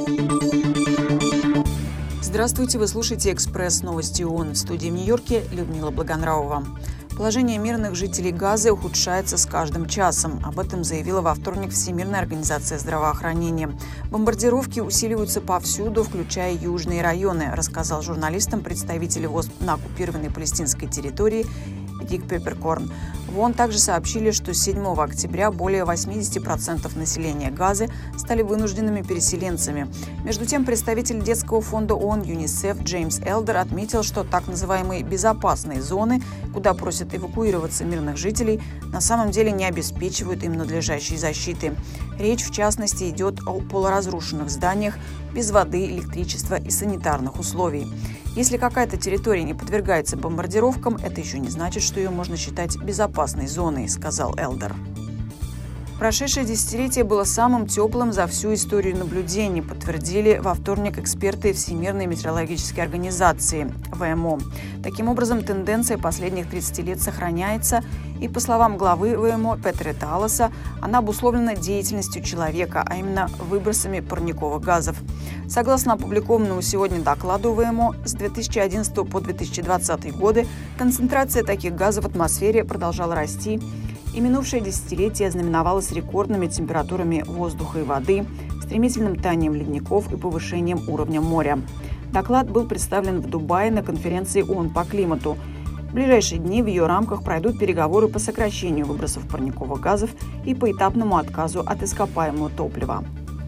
Здравствуйте, вы слушаете «Экспресс новости ООН». В студии в Нью-Йорке Людмила Благонравова. Положение мирных жителей Газы ухудшается с каждым часом. Об этом заявила во вторник Всемирная организация здравоохранения. Бомбардировки усиливаются повсюду, включая южные районы, рассказал журналистам представитель ВОЗ на оккупированной палестинской территории Дик Пепперкорн. В ООН также сообщили, что с 7 октября более 80% населения Газы стали вынужденными переселенцами. Между тем, представитель детского фонда ООН ЮНИСЕФ Джеймс Элдер отметил, что так называемые безопасные зоны, куда просят эвакуироваться мирных жителей, на самом деле не обеспечивают им надлежащей защиты. Речь, в частности, идет о полуразрушенных зданиях без воды, электричества и санитарных условий. Если какая-то территория не подвергается бомбардировкам, это еще не значит, что ее можно считать безопасной зоной, сказал Элдер. Прошедшее десятилетие было самым теплым за всю историю наблюдений, подтвердили во вторник эксперты Всемирной метеорологической организации ВМО. Таким образом, тенденция последних 30 лет сохраняется, и, по словам главы ВМО Петри Таласа, она обусловлена деятельностью человека, а именно выбросами парниковых газов. Согласно опубликованному сегодня докладу ВМО, с 2011 по 2020 годы концентрация таких газов в атмосфере продолжала расти, и минувшее десятилетие ознаменовалось рекордными температурами воздуха и воды, стремительным таянием ледников и повышением уровня моря. Доклад был представлен в Дубае на конференции ООН по климату. В ближайшие дни в ее рамках пройдут переговоры по сокращению выбросов парниковых газов и поэтапному отказу от ископаемого топлива.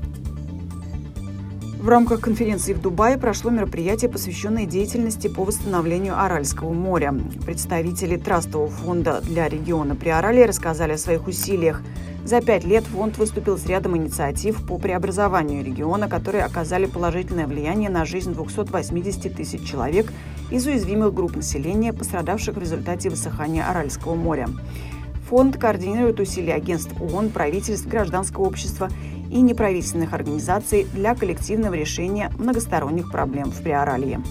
В рамках конференции в Дубае прошло мероприятие, посвященное деятельности по восстановлению Аральского моря. Представители Трастового фонда для региона Приоралья рассказали о своих усилиях. За 5 лет фонд выступил с рядом инициатив по преобразованию региона, которые оказали положительное влияние на жизнь 280 тысяч человек из уязвимых групп населения, пострадавших в результате высыхания Аральского моря. Фонд координирует усилия агентств ООН, правительств, гражданского общества и неправительственных организаций для коллективного решения многосторонних проблем в Приоралье.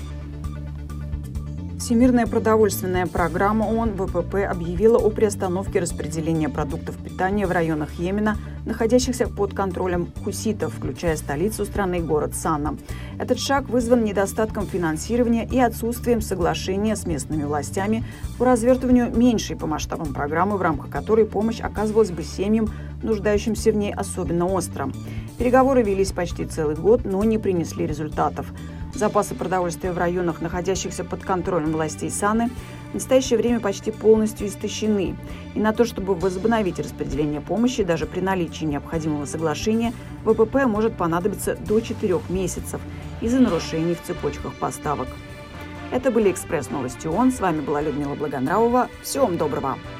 Всемирная продовольственная программа ООН ВПП объявила о приостановке распределения продуктов питания в районах Йемена, находящихся под контролем хуситов, включая столицу страны город Сана. Этот шаг вызван недостатком финансирования и отсутствием соглашения с местными властями по развертыванию меньшей по масштабам программы, в рамках которой помощь оказывалась бы семьям, нуждающимся в ней особенно остро. Переговоры велись почти целый год, но не принесли результатов. Запасы продовольствия в районах, находящихся под контролем властей Саны, в настоящее время почти полностью истощены. И на то, чтобы возобновить распределение помощи, даже при наличии необходимого соглашения, ВПП может понадобиться до 4 месяцев из-за нарушений в цепочках поставок. Это были «Экспресс новости ООН». С вами была Людмила Благонравова. Всего вам доброго!